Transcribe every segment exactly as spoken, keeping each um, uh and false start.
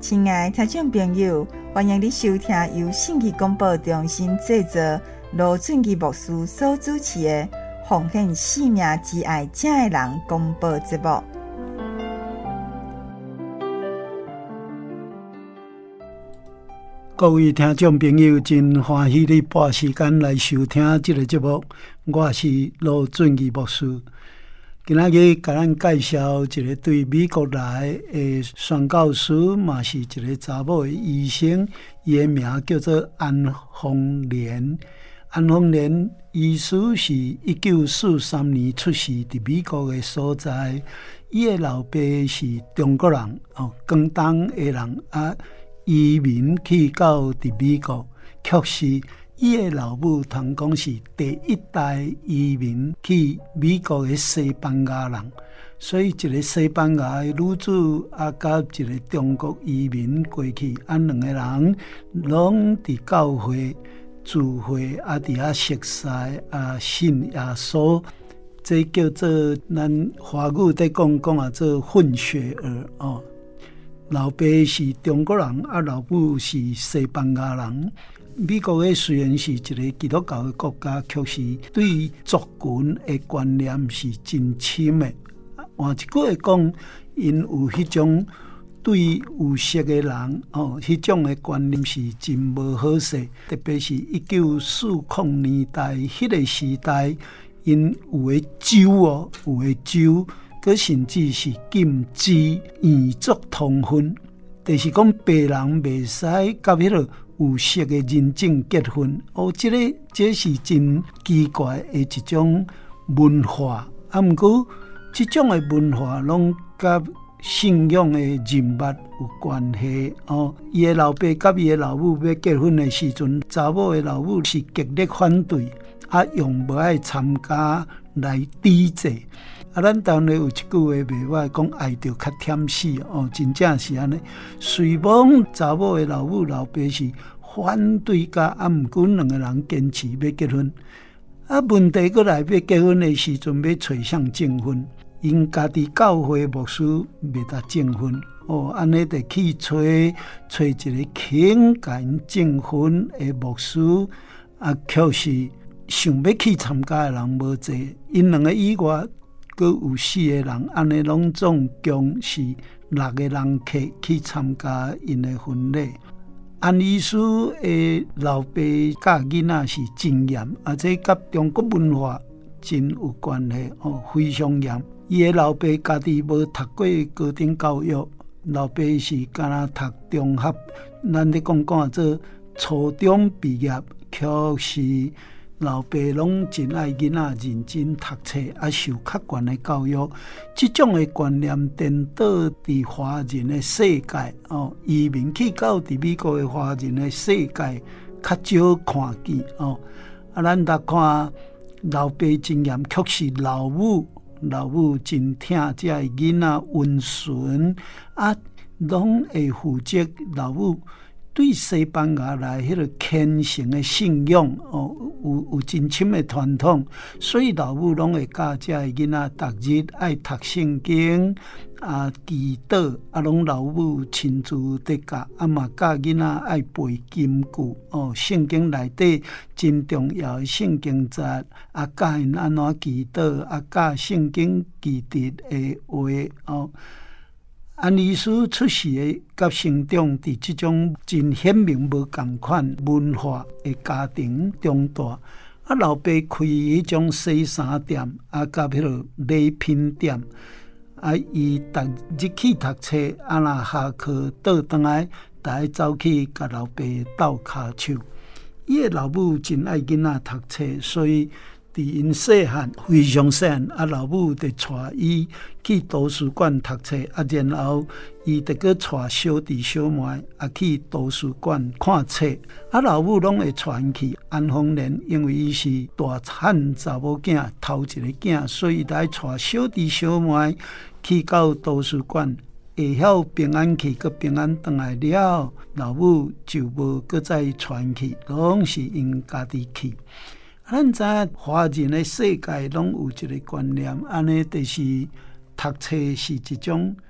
亲爱的听众朋友，欢迎你收听由信息广播中心制作、罗俊基牧师所主持的《奉献生命之爱正的人》广播节目。 各位听众朋友，真欢喜你拨时间来收听这个节目。我是罗俊基牧师。今仔日给咱介绍一个对美国来的宣教师，嘛是一个查某的医生，伊的名叫做安凤莲。安凤莲医师是一九四三年出世伫美国的所在，伊的老爸是中国人哦，广东的人啊，移民去到伫美国，确实。伊的老母通讲是第一代移民去美国的西班牙人，所以一个西班牙的女子啊，甲一个中国移民过去，安两个人拢伫教会聚会啊，伫遐熟悉啊，信耶稣，这叫做咱华语在讲讲啊，做混血儿哦。老爸是中国人，啊，老母是西班牙人。美国诶虽然是一个基督教的国家，确实对族群的观念是真深的。换一句话讲，因有迄种对有色的人哦，迄种的观念是真无好势。特别是一九四零年代迄个时代，因有的州哦，有的州，佮甚至是禁止异族通婚，就是讲白人袂使甲迄个有色的认证结婚，哦，这个这是真奇怪的一种文化。啊，毋过这种的文化拢甲信仰的人物有关系。哦，伊的老爸甲伊的老母要结婚的时阵，查某的老母是极力反对，啊，用无爱参加来抵制。啊，咱当然有一句话袂歹，讲爱着较忝死哦，真正是安尼。虽望查某的老母老爸是反对甲，啊，毋过两个人坚持要结婚。啊，问题过来要结婚的时阵，要找谁证婚？因家己教会牧师袂当证婚哦，安尼得去找找一个肯甲因证婚的牧师，啊，确实想要去参加的人无济，因两个以外。佮有四个人，安尼拢总共是六个人客去参加因的婚礼。安医师的老爸教囡仔是真严，啊，这甲中国文化真有关系哦，非常严。伊的老爸家己无读过高等教育，老爸是敢若读中学，咱咧讲讲做初中毕业，确实。老爸拢真爱囡仔认真读册，啊，受较悬的教育。这种的观念颠倒伫华人的世界哦，移民去到伫美国的华人的世界较少看见哦。啊，咱来看老爸真严，确实老母老母真疼这个囡仔温顺啊，拢会负责老母。对西班牙来迄个虔诚的信仰哦，有有真深的传统，所以老母拢会教这个囡仔逐日爱读圣经啊，祈祷啊，拢老母亲自伫教，啊嘛教囡仔爱背金句哦，圣经内底真重要的圣经节啊，教因安怎祈祷啊，教圣经记忆的话哦。安医师出世的甲成长伫即种真显明无共款文化的家庭中大，啊，老爸开迄种洗衫店，啊，甲迄个礼品店，啊，伊逐日去读册，啊，若下课倒转来，逐个走去甲老爸斗骹手。伊的老母真爱囡仔读册，所以。伫因细汉非常细汉，啊，老母就带伊去图书馆读册，啊，然后伊就搁带小弟小妹啊去图书馆看册，啊，老母拢会带因去。安凤莲因为伊是大汉查某囝，头一个囝，所以来带小弟小妹去到图书馆，会晓平安去，搁平安回来了，老母就无搁再带因去，拢是因家己去。咱知影华人的世界拢有一个观念，安尼就是读册是一种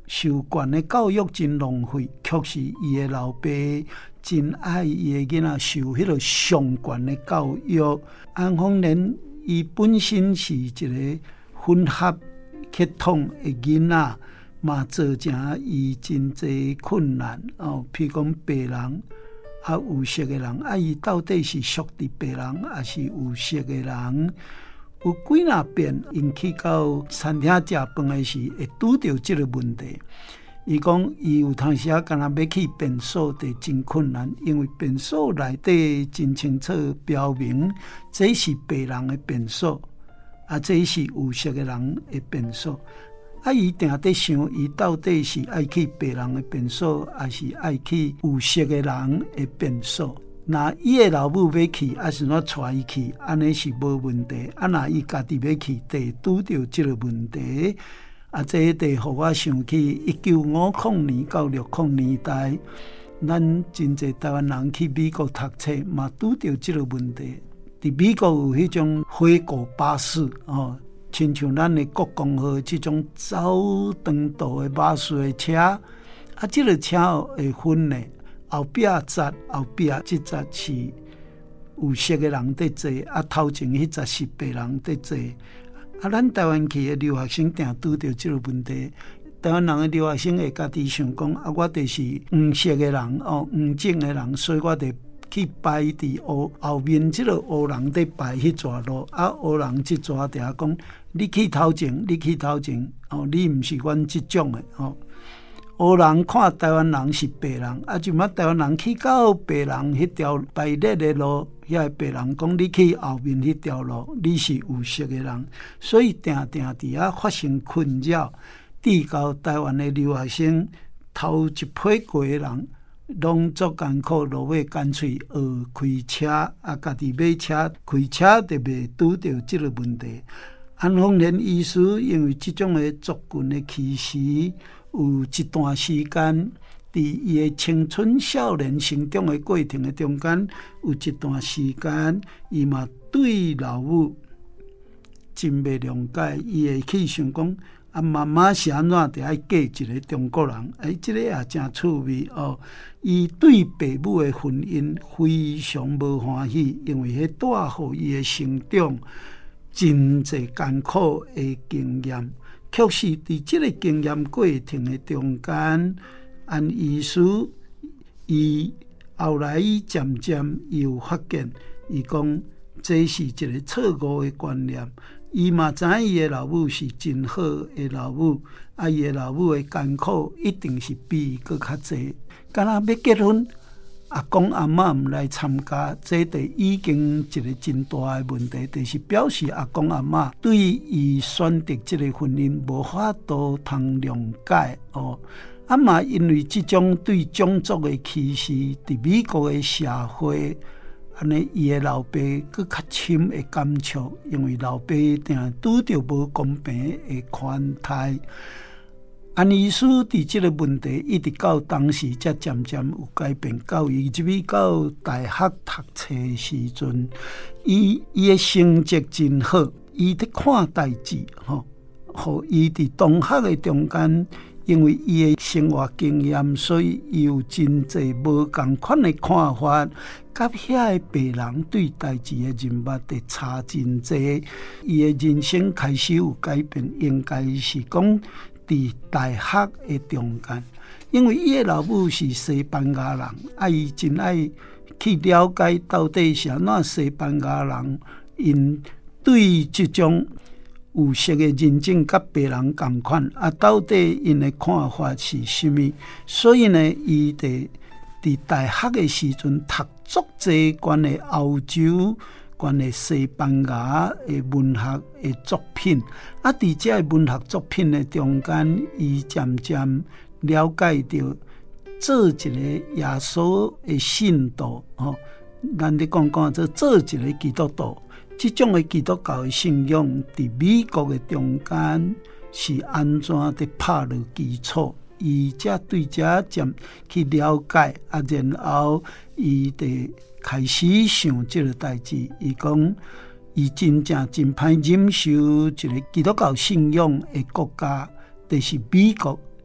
受惯的教育真浪费，却是伊的老爸真爱伊的囡仔受迄个上悬的教育。安丰莲伊本身是一个混合血统的囡仔，嘛造成伊真侪困难哦。譬如讲白人啊，有色的人啊，伊到底是属于白人，还是有色的人？有几若遍引起到餐厅食饭的时，会拄到即个问题。伊讲伊有当时啊，敢若要去便所就真困难，因为便所内底真清楚标明，这是白人的便所，啊，这是有色的人的便所。啊，伊定伫想，伊到底是爱去白人的便所，还是爱去有色的人的便所？那伊的老母要去，还是怎带伊去？安尼是无问题。啊，那伊家己要去，就拄到即个问题。啊，这就互我想起一九五零年到六零年代，咱真侪台湾人去美国读册，嘛拄到即个问题。伫美国有迄种火过巴士哦，亲像咱的国光号即种走长途的巴士的车，啊，即个车会分呢。后壁闸后壁即闸是有色的人在坐，啊头前迄闸是白人在坐。啊，咱台湾去的留学生定拄到即个问题。台湾人的留学生会家己想讲，啊，我就是黄色的人哦，黄种的人，所以我得去排伫乌后面即个乌人在排迄逝路，啊，乌人即逝伫遐讲，你去头前，你去头前哦，你毋是阮即种的哦。黑人看台湾人是白人，啊，就嘛台湾人去到白人迄条排列的路，遐个白人讲你去后面迄条路，你是有色的人，所以定定伫遐发生困扰。至到台湾的留学生头一批过的人，拢足艰苦，落尾干脆学开车，啊，家己买车开车就袂拄到即个问题。安丰莲医师因为即种的族群的歧视。有一段时间，伫伊的青春少年成长的过程的中间，有一段时间，伊嘛对老母真袂谅解，伊会去想讲，啊妈妈是安怎得爱嫁一个中国人？哎，这个也真趣味哦。伊对爸母的婚姻非常无欢喜，因为迄带互伊的成长真侪艰苦的经验。确实，伫即个经验过程的中间，安医师伊后来渐渐又发现，伊讲这是一个错误的观念。伊嘛知影伊的老母是真好的老母，啊，伊的老母的艰苦一定是比伊搁较济。敢若要结婚，阿公阿嬷毋来参加，这就已经一个真大的问题，就是表示阿公阿嬷对伊选择这个婚姻无法度通谅解哦。啊嘛，因为这种对种族的歧视，伫美国的社会，安尼伊的老爸佫较深的感触，因为老爸定拄着无公平的款待。安医师伫即个问题一直到当时才渐渐有改变，到伊入去到大学读册的时阵，伊伊的成绩真好，伊伫看代志吼，互伊伫同学的中间，因为伊的生活经验，所以伊有真侪无共款的看法，甲遐个白人对代志的认捌得差真侪。伊的人生开始有改变，应该是讲。伫大学的中间，因为伊的老母是西班牙人，啊，伊真爱去了解到底是安怎西班牙人因对这种有色的认证甲白人同款，啊，到底因的看法是什么？所以呢，伊伫伫大学的时阵读足侪关的欧洲。关于西班牙的文学的作品，啊，伫这文学作品的中间，伊渐渐了解到做一个耶稣的信徒，吼、哦，咱咧讲讲做做一个基督徒，这种的基督教的信仰，伫美国的中间是安怎的拍落基础？伊才对这渐去了解，啊，然后伊得。开始想这个代志，伊讲伊真正真歹忍受一个基督教信仰的国家，就是美国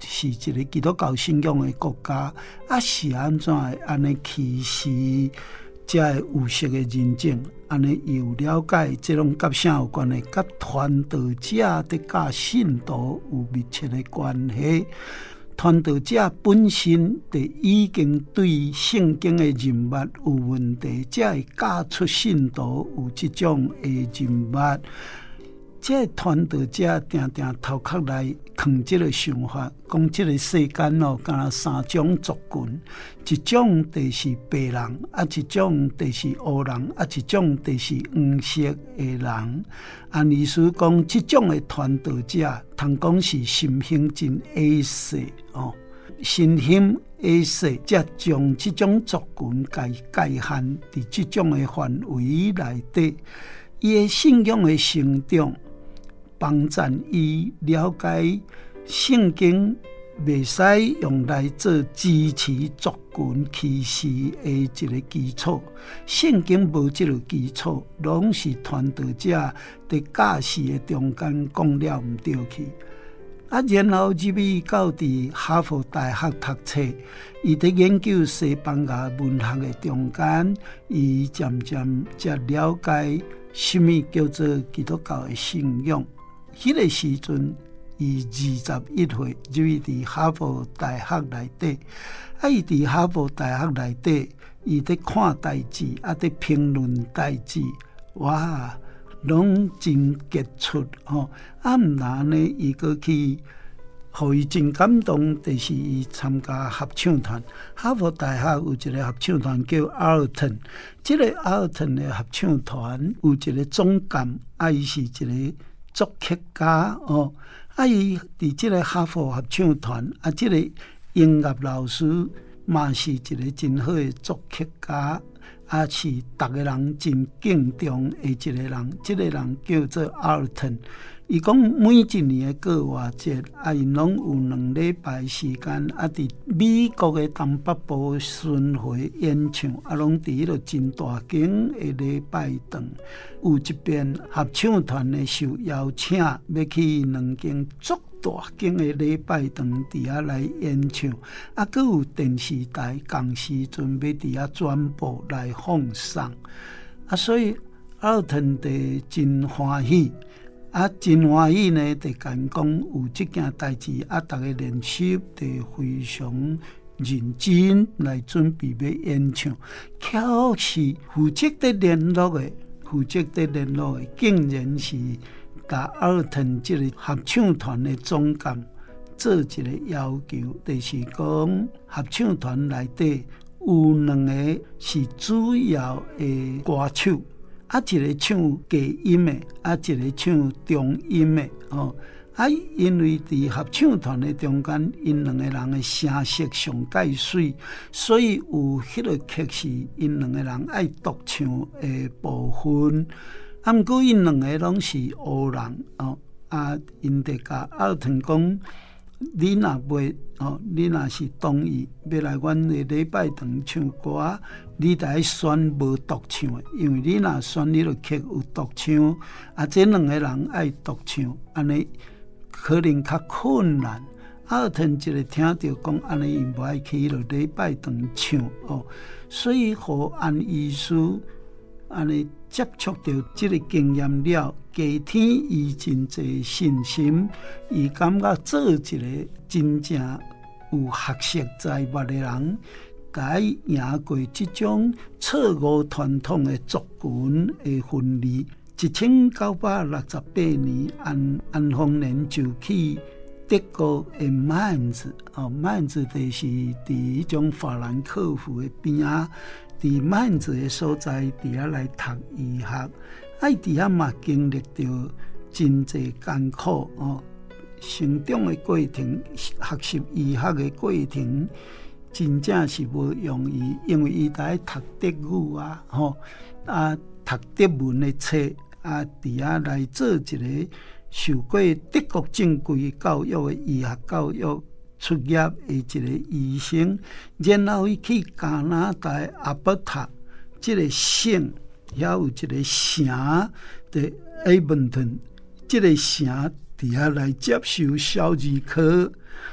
是一个基督教信仰的国家，啊是安怎会安尼歧视这有色的人种？安尼又了解这种甲啥有关系？甲传道者伫甲信徒有密切的关系。传道者本身就已经对圣经的人物有问题，才会教出信徒有这种的人物。这传道者定定头壳来藏这个想法，讲这个世间哦，敢若三种族群，一种就是白人，啊一种就是黑人，啊一种就是黄色的人。按意思讲，这种的传道者，通讲是心胸真矮细哦，心胸矮细，才将这种族群界界限伫这种的范围内底，伊的信仰的成长。帮助伊了解圣经袂使用来做支持族群歧视的一个基础，圣经无这个基础，拢是传道者伫教示的中间讲了毋对去。啊，然后入去到伫哈佛大学读册，伊伫研究西班牙文学的中间，伊渐渐才了解什么叫做基督教的信仰。迄个时阵，伊二十一岁入去伫哈佛大学内底，啊，伊伫哈佛大学内底，伊伫看代志，啊，伫评论代志，哇，拢真杰出吼！啊，毋然呢，伊过去，互伊真感动，就是伊参加合唱团。哈佛大学有一个合唱团叫 Arlton， 这个 Arlton 的合唱团有一个总监，啊，伊是一个作曲家哦，啊，伊伫即个哈佛合唱团啊，即、这个音乐老师嘛是一个真好的作曲家，啊，是逐个人真敬重的一个人。即、这个人叫做 Arlton。伊讲每一年的过活节，啊，因拢有两礼拜时间，啊，伫美国的东北部巡回演唱，啊，拢伫迄个真大间的礼拜堂，有一遍合唱团的受邀请，要去两间足大间的礼拜堂伫遐来演唱，啊，佮有电视台同时阵要伫遐转播来放送，啊，所以奥腾地真欢喜。啊，真欢喜呢！就讲讲有这件代志，啊，大家练习就非常认真来准备要演唱。巧是负责的联络的，负责的联络的，竟然是甲奥腾这个合唱团的总监做一个要求，就是讲合唱团内底有两个是主要的歌手。啊，一个唱低音的，啊，一个唱中音的，哦，啊，因为伫合唱团的中间，因两个人的声色上介水，所以有迄个曲是因两个人爱独唱的部分。啊，毋过因两个拢是黑人，哦，啊，因得甲奥腾讲。你若袂哦，你若是同意要来阮的礼拜堂唱歌，你得爱选无独唱的，因为你若选你个曲有独唱，啊，这两个人爱独唱，安尼可能较困难。奥腾一个听到讲安尼，伊无爱去迄个礼拜堂唱哦，所以互按意思安尼接触到这个经验了。加添伊真侪信心，伊感觉做一个真正有学识才华的人，该赢过这种错误传统的族群的分离。一千九百六十八年，安安丰年就去德国的曼子，哦，曼子就是伫迄种法兰克福的边啊，伫曼子的所在，伫遐来读医学。爱伫遐嘛经历着真侪艰苦哦，成长的过程、学习医学的过程，真正是无容易，因为伊在读德语啊，吼啊读德文的册啊，伫遐来做一个受过德国正规教育的医学教育出业的一个医生，然后伊去加拿大阿伯塔这个省。遐有一个城的 Edmonton， 这个城伫遐来接受小儿科的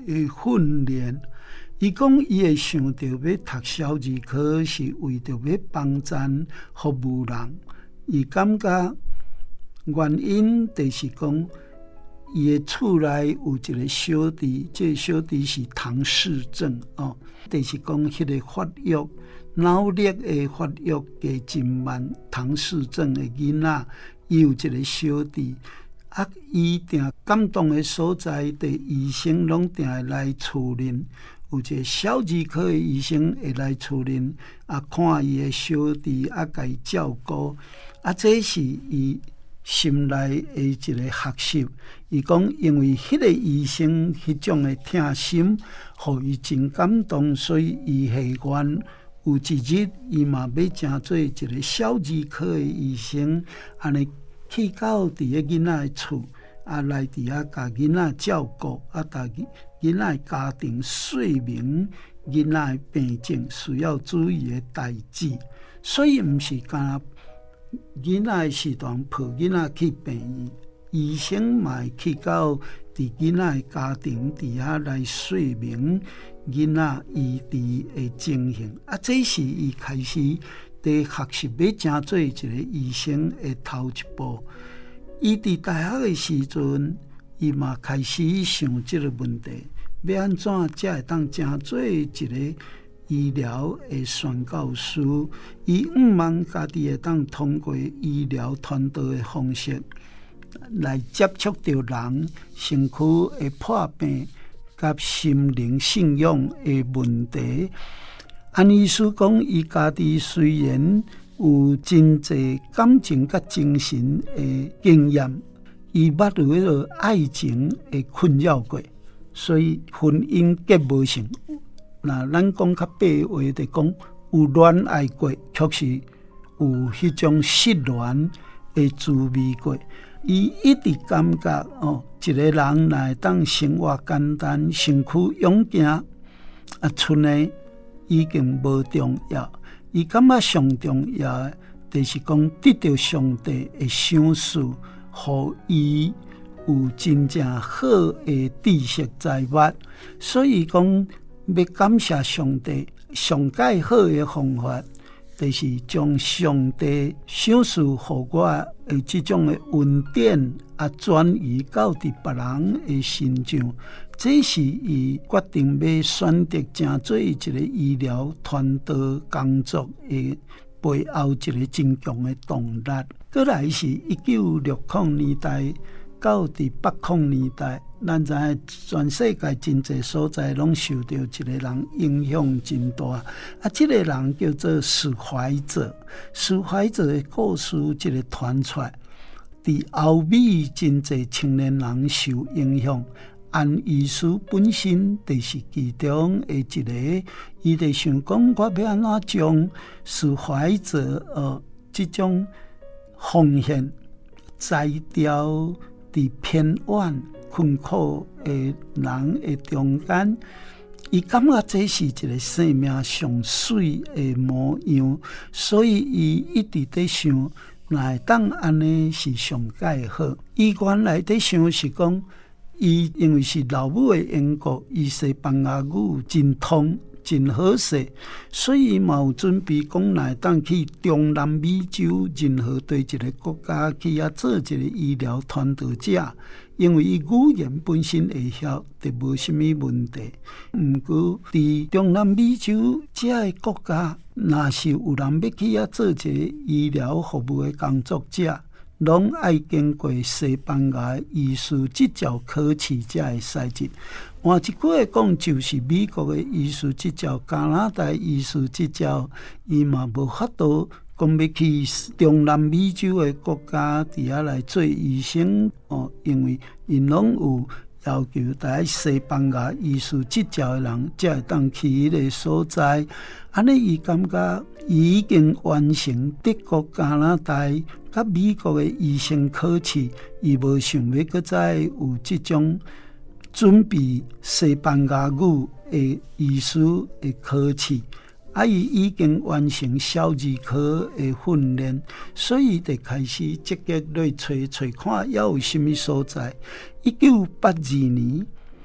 的训练。伊讲伊会想到要读小儿科是为着要帮赞服务人，伊感觉原因就是讲伊的厝内有一个小弟，这个小弟是唐氏症哦，就是讲迄个发育脑力的发育加真慢，唐氏症的囡仔伊有一个小弟。啊！伊定感动的所在，的医生拢定会来处理。有一个小儿科的医生会来处理，啊，看伊的小弟，啊，甲伊照顾。啊，这是伊心内的一个学习。伊讲，因为迄个医生迄种的疼心，互伊真感动，所以伊下愿有一日，伊嘛要成做一个小儿科的医生，安尼。去到伫个囡仔的厝，啊来伫遐甲囡仔照顾，啊甲囡仔家庭说明囡仔的病症需要注意的代志，所以毋是干囡仔的时段抱囡仔去病院，医生嘛去到伫囡仔的家庭伫遐来说明囡仔医治的情形，啊这是伊开始。在学习要成做一个医生的头一步，伊伫大学的时阵，伊嘛开始想这个问题，要安怎才会当成做一个医疗的宣教师？伊毋茫家己会当通过医疗团队的方式来接触到人身躯的破病，甲心灵信仰的问题。安医师讲，伊家己虽然有真侪感情甲精神的经验，伊捌有迄个爱情的困扰过，所以婚姻结无成。那咱讲较白话的讲，有恋爱过，确实有迄种失恋的滋味过。伊一直感觉哦，一个人若会当生活简单，身躯勇健，啊，剩的。已经无重要，伊感觉上重要的，就是讲得到上帝的赏赐，互伊有真正好的知识财物。所以讲要感谢上帝，上介好的方法，就是将上帝赏赐互我的这种的恩典啊，转移到伫别人的身上。这是伊决定要选择成做一个医疗团队工作的背后一个真强的动力。再来是一九六零年代到伫八零年代，咱知影全世界真侪所在拢受到一个人影响真大。啊，这个人叫做史怀哲。史怀哲的故事一个传出来，伫欧美真侪青年人受影响。安医师本身就是其中的一个，伊就想讲，我要安怎将史怀哲呃这种奉献摘掉伫偏远困苦的人的中间，伊感觉这是一个生命上水的模样，所以伊一直在想，哪会当安尼是上介好。伊原来在想是讲。伊因为是老母的缘故，伊西班牙语真通真好势，所以嘛有准备讲来当去中南美洲任何对一个国家去啊做一个医疗团队者，因为伊语言本身会晓，就无什么问题。毋过伫中南美洲这个国家，若是有人要去啊做一个医疗服务的工作者。拢爱经过西班牙医师执照考试才会使进。换一句话讲，就是美国的医师执照、加拿大医师执照，伊嘛无法度讲要去中南美洲的国家底下来做医生哦，因为因拢有要求在西班牙医师执照的人才会当去迄个所在。安尼伊感觉伊已经完成德国、加拿大甲美国的医生考试，伊无想要搁再有这种准备西班牙语的医师的考试。啊，伊已经完成小儿科的训练，所以就开始积极来找找看，还有什么所在。一九八二年，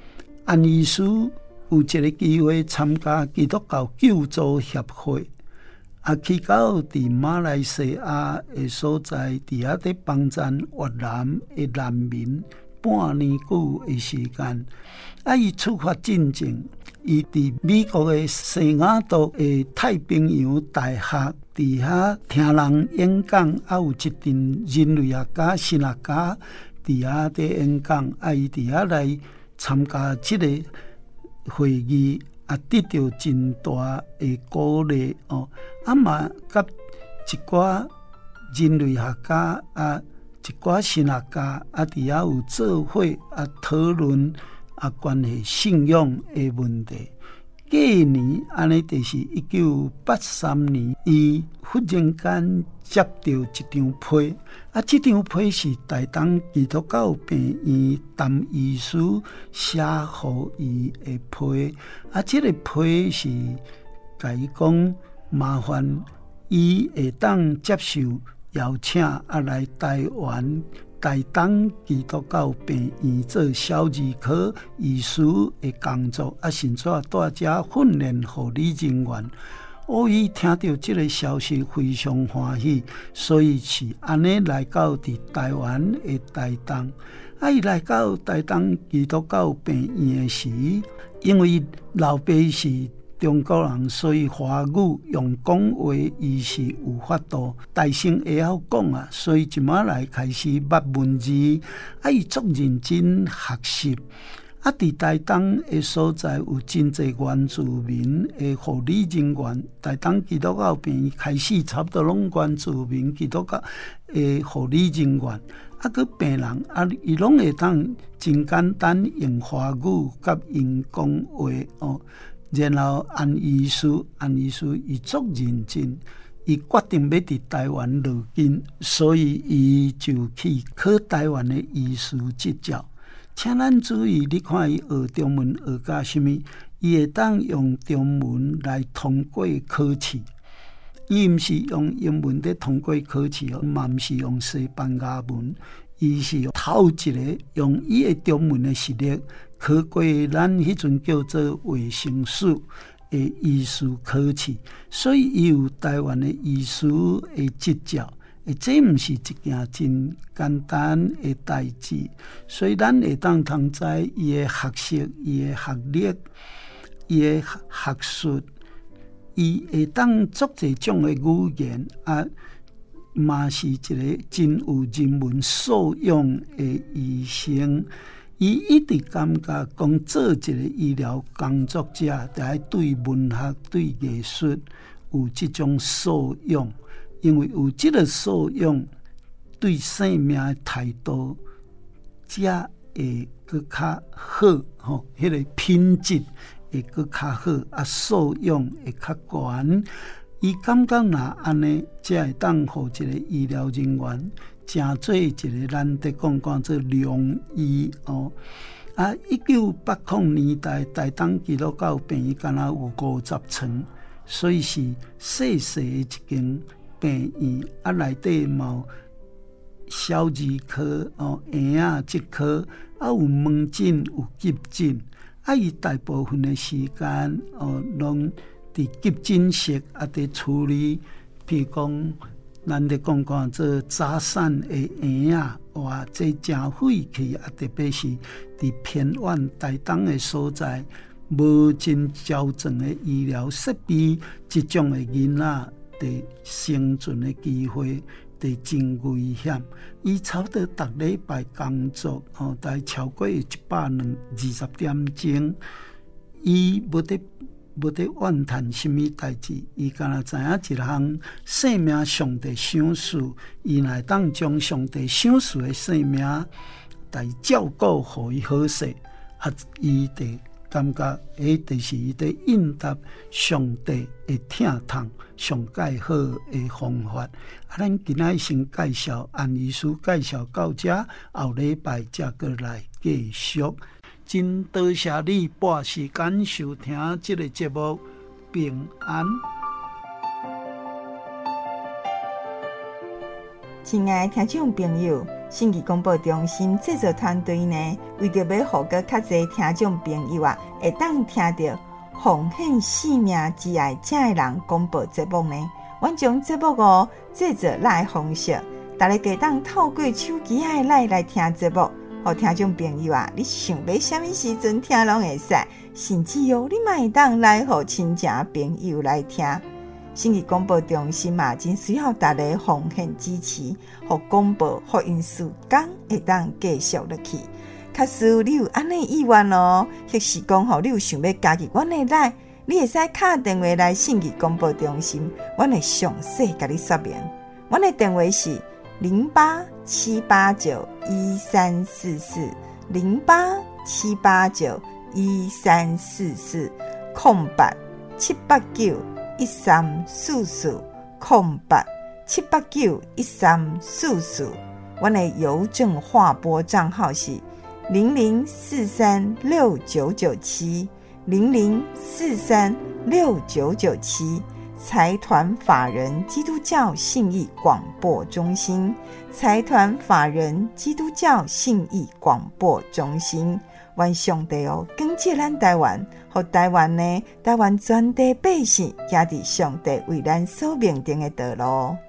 安医师有一个机会参加基督教救助协会，啊，去到伫马来西亚的所在，伫遐伫帮赞越南的难民半年久的时间。啊，伊出发进前，伊伫美国的圣雅各的太平洋大学伫遐听人演讲，啊，有一群人类学家、神学家伫遐伫演讲，啊，伊伫遐来参加即个会议，啊，得到真大的鼓励哦。啊嘛，甲一寡人类学家啊，一寡神学家啊，伫遐有做伙啊讨论啊关系信仰的问题。隔年安尼就是一九八三年，伊忽然间接到一张批，啊，这张批是台东基督教病院陈医师写互伊的批，啊，这个批是甲伊讲麻烦伊会当接受邀请，啊，来台湾台东基督教病院做小儿科医师的工作，啊，甚至带遮训练护理人员。哦，伊听到这个消息非常欢喜，所以是安尼来到伫台湾的台东。啊，伊来到台东基督教病院的时，因为老爸是中国人，所以华语用讲话伊是有法度，大声会晓讲啊，所以即马来开始捌文字，啊，伊足认真学习。啊，伫台东的所在有真侪原住民的护理人员，台东基督教病院开始差不多拢原住民基督教的护理人员，啊，佮病人啊，伊拢会当真简单用华语甲因讲话哦。然后安医师，安医师伊足认真，伊决定要伫台湾落根，所以伊就去考台湾的医师执照。请咱注意，你看伊学中文学到什么？伊会当用中文来通过考试，伊毋是用英文在通过考试哦，嘛毋是用西班牙文，伊是头一个用伊的中文的实力考过咱迄阵叫做卫生署的医师考试，所以伊有台湾的医师的执照。这毋是一件真简单的代志，所以咱会当通知伊的学识、伊的学历、伊的学术，伊会当做这种的语言啊，嘛是一个真有人文素养的医生。伊一直感觉讲，做一个医疗工作者，就要对文学、对艺术有这种素养。因为有这个素养，对生命的态度，才会更较好吼。迄个品质会更较好，啊，素养会较悬。伊感觉若安尼，才会当互一个医疗人员，真做一个咱得讲讲做良医哦。啊，一九八零年代，台东基督教病院敢若有五十床，所以是细细的一间病院，啊，内底嘛小儿科哦、婴仔这科，啊，有门诊有急诊，啊，伊大部分的时间哦，拢伫急诊室啊，伫处理，譬如讲，咱咧讲讲做早产的婴仔，哇，这真费气啊，特别是伫偏远台东的所在，无真矫正的医疗设备，这种的囡仔的生存的机会的真危险。伊差不多逐礼拜工作哦，大概超过一百二十点钟，伊无得无得怨叹什么代志，伊敢若知影一项生命上帝赏赐，伊乃当将上帝赏赐的生命来照顾，互伊好势，啊，伊得感觉，迄就是伊在应答上帝的疼痛上介好的方法。啊，咱今仔先介绍安医师介绍到这，后礼拜才过来继续。真多谢你拨时间收听这个节目，平安。 亲爱的听众朋友， 信义广播中心制作团队呢，为着要互个较侪听众朋友啊，会当听到奉献生命之爱这的人广播节目呢，阮将节目哦制作来方式，大家可当透过手机的来来听节目。互听众朋友啊，你想要什么时阵听拢会使，甚至哦，你嘛会当来互亲戚朋友来听。信义广播中心嘛，真需要大家奉献支持，互广播福音事工会当继续落去。假使你有安尼意愿哦，或是讲吼，你有想要加入阮的来，你会使打电话来信义广播中心，阮会详细甲你说明。阮的电话是零八七八九一三四四零八七八九一三四四空八七八九一三四四空八七八九一三四四。我的邮政划拨账号是零零四三六九九七零零四三六九九七。财团法人基督教信义广播中心，财团法人基督教信义广播中心，愿上帝哦，感谢咱台湾，和台湾呢，台湾全体百姓行伫上帝为咱所命定的道路。